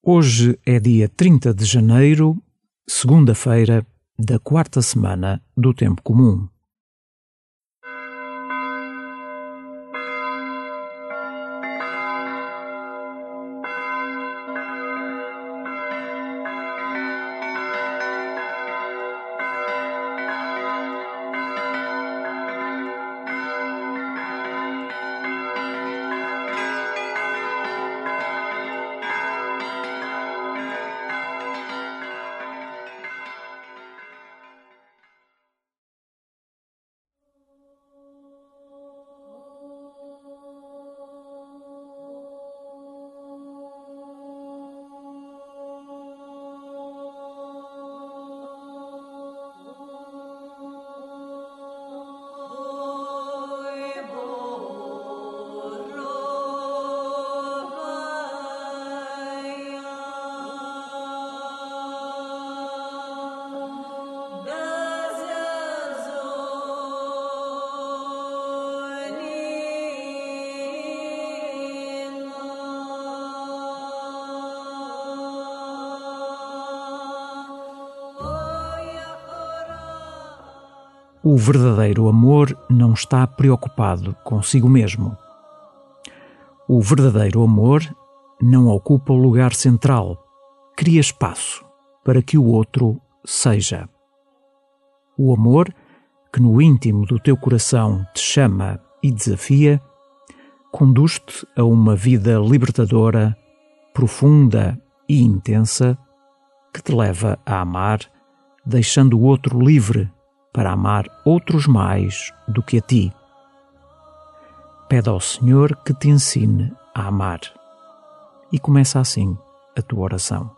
Hoje é dia 30 de janeiro, segunda-feira da quarta semana do Tempo Comum. O verdadeiro amor não está preocupado consigo mesmo. O verdadeiro amor não ocupa o lugar central, cria espaço para que o outro seja. O amor, que no íntimo do teu coração te chama e desafia, conduz-te a uma vida libertadora, profunda e intensa, que te leva a amar, deixando o outro livre para amar outros mais do que a ti. Pede ao Senhor que te ensine a amar. E começa assim a tua oração.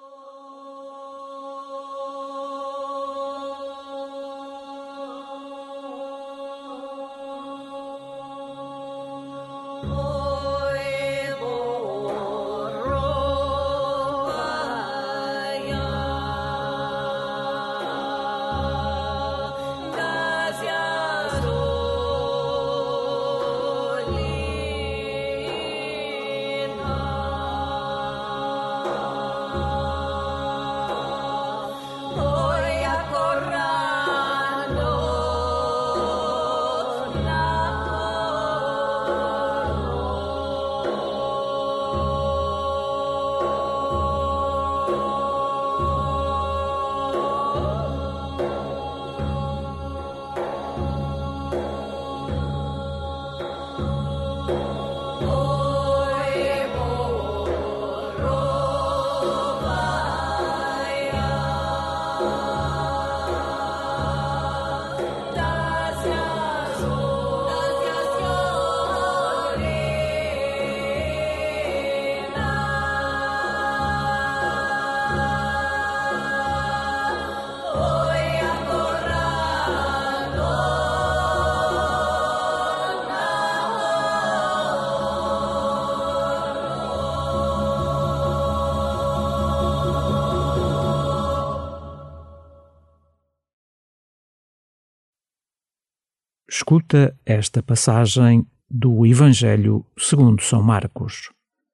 Escuta esta passagem do Evangelho segundo São Marcos.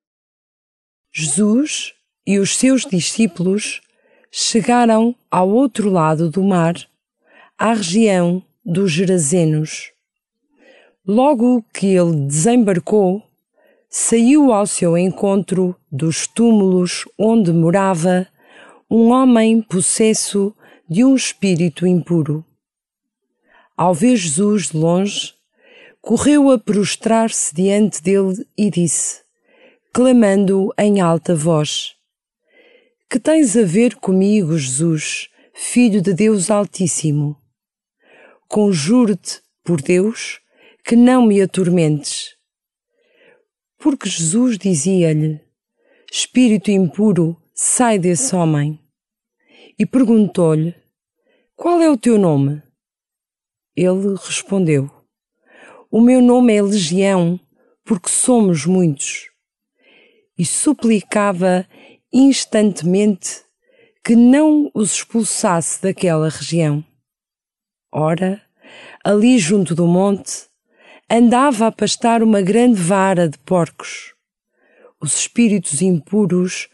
Jesus e os seus discípulos chegaram ao outro lado do mar, à região dos Gerazenos. Logo que ele desembarcou, saiu ao seu encontro dos túmulos onde morava um homem possesso de um espírito impuro. Ao ver Jesus de longe, correu a prostrar-se diante dele e disse, clamando em alta voz: Que tens a ver comigo, Jesus, Filho de Deus Altíssimo? Conjuro-te, por Deus, que não me atormentes. Porque Jesus dizia-lhe: Espírito impuro, sai desse homem. E perguntou-lhe: Qual é o teu nome? Ele respondeu: O meu nome é Legião, porque somos muitos. E suplicava instantemente que não os expulsasse daquela região. Ora, ali junto do monte, andava a pastar uma grande vara de porcos. Os espíritos impuros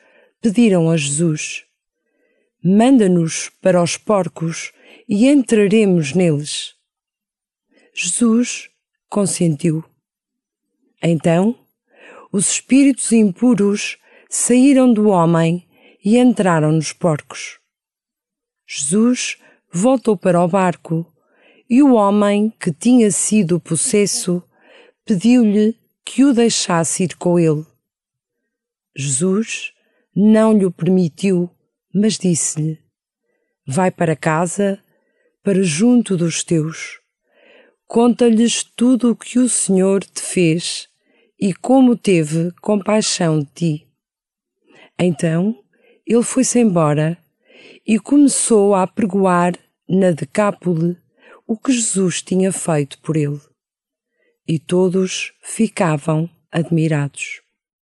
pediram a Jesus: manda-nos para os porcos e entraremos neles. Jesus consentiu. Então, os espíritos impuros saíram do homem e entraram nos porcos. Jesus voltou para o barco e o homem que tinha sido possesso pediu-lhe que o deixasse ir com ele. Jesus não lhe permitiu, mas disse-lhe: vai para casa, para junto dos teus. Conta-lhes tudo o que o Senhor te fez e como teve compaixão de ti. Então ele foi-se embora e começou a apregoar na Decápole o que Jesus tinha feito por ele. E todos ficavam admirados.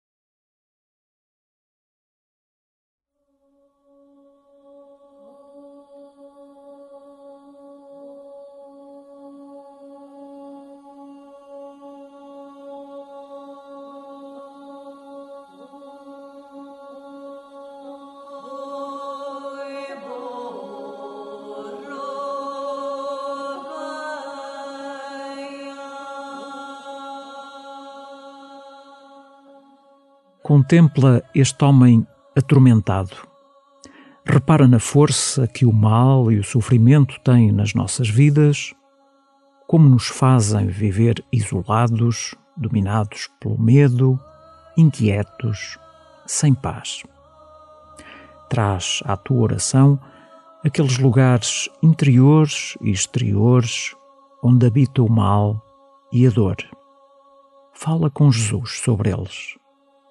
Contempla este homem atormentado. Repara na força que o mal e o sofrimento têm nas nossas vidas, como nos fazem viver isolados, dominados pelo medo, inquietos, sem paz. Traz à tua oração aqueles lugares interiores e exteriores onde habita o mal e a dor. Fala com Jesus sobre eles.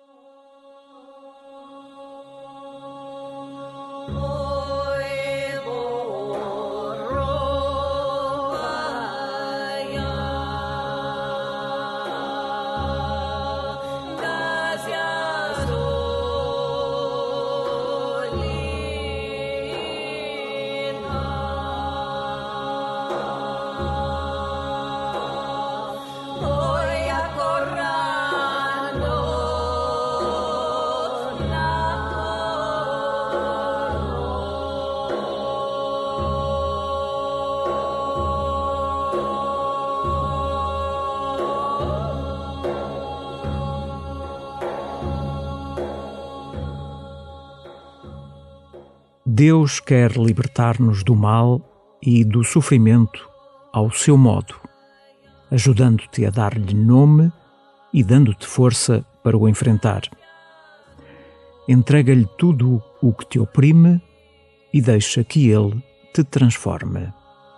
Deus quer libertar-nos do mal e do sofrimento ao seu modo, ajudando-te a dar-lhe nome e dando-te força para o enfrentar. Entrega-lhe tudo o que te oprime e deixa que ele te transforme.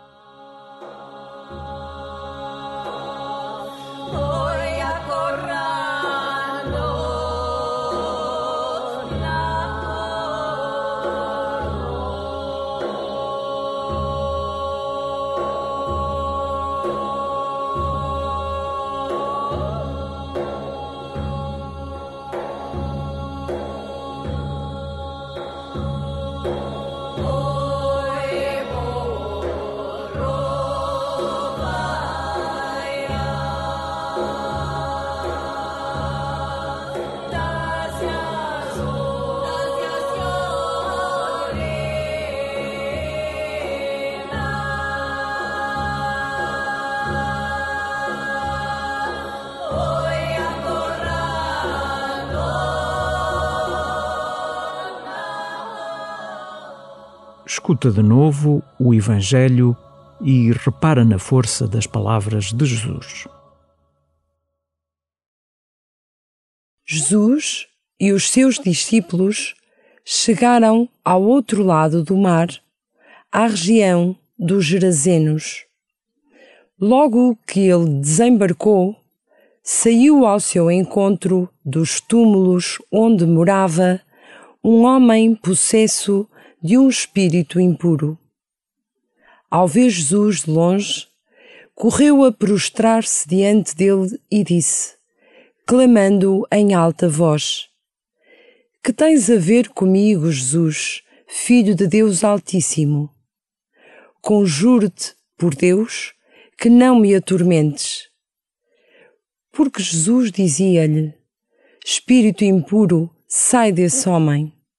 Escuta de novo o Evangelho e repara na força das palavras de Jesus. Jesus e os seus discípulos chegaram ao outro lado do mar, à região dos Gerazenos. Logo que ele desembarcou, saiu ao seu encontro dos túmulos onde morava um homem possesso de um espírito impuro. Ao ver Jesus de longe, correu a prostrar-se diante dele e disse, clamando em alta voz: Que tens a ver comigo, Jesus, Filho de Deus Altíssimo? Conjuro-te, por Deus, que não me atormentes. Porque Jesus dizia-lhe: Espírito impuro, sai desse homem.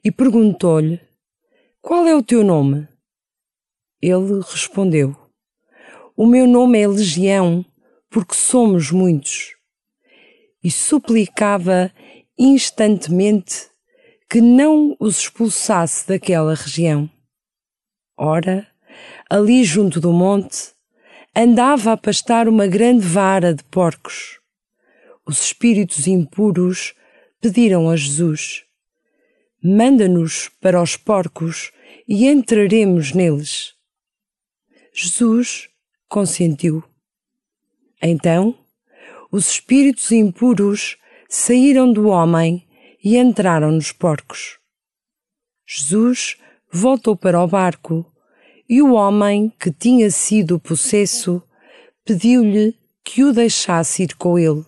e perguntou-lhe: Qual é o teu nome? Ele respondeu: O meu nome é Legião, porque somos muitos. E suplicava instantemente que não os expulsasse daquela região. Ora, ali junto do monte, andava a pastar uma grande vara de porcos. Os espíritos impuros pediram a Jesus: Manda-nos para os porcos e entraremos neles. Jesus consentiu. Então, os espíritos impuros saíram do homem e entraram nos porcos. Jesus voltou para o barco e o homem que tinha sido possesso pediu-lhe que o deixasse ir com ele.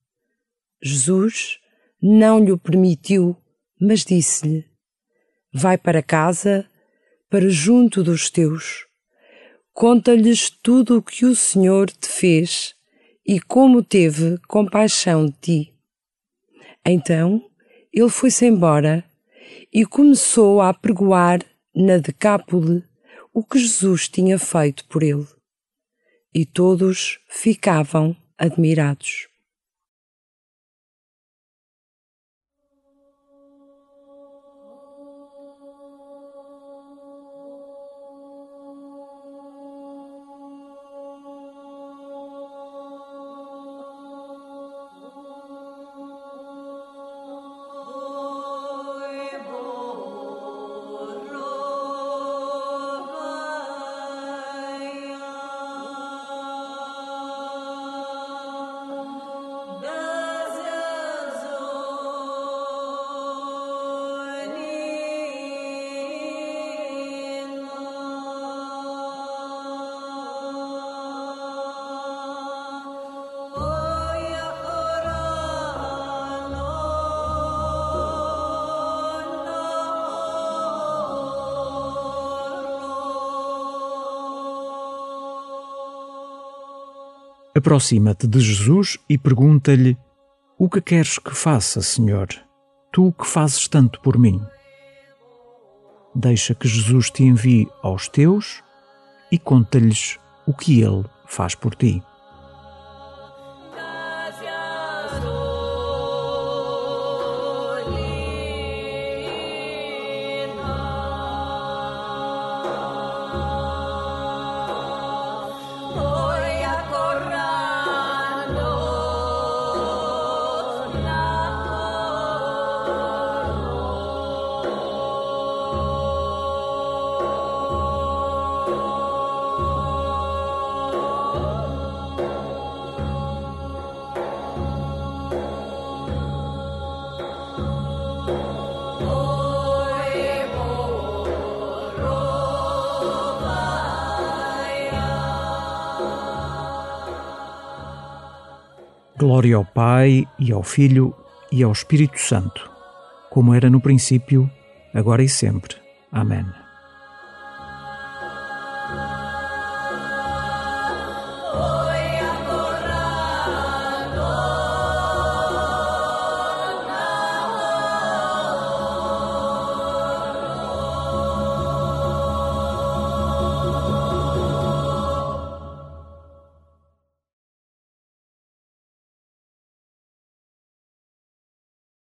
Jesus não lhe permitiu, mas disse-lhe: Vai para casa, para junto dos teus. Conta-lhes tudo o que o Senhor te fez e como teve compaixão de ti. Então ele foi-se embora e começou a apregoar na Decápole o que Jesus tinha feito por ele. E todos ficavam admirados. Aproxima-te de Jesus e pergunta-lhe: O que queres que faça, Senhor? Tu que fazes tanto por mim. Deixa que Jesus te envie aos teus e conta-lhes o que Ele faz por ti. Glória ao Pai, e ao Filho, e ao Espírito Santo, como era no princípio, agora e sempre. Amém.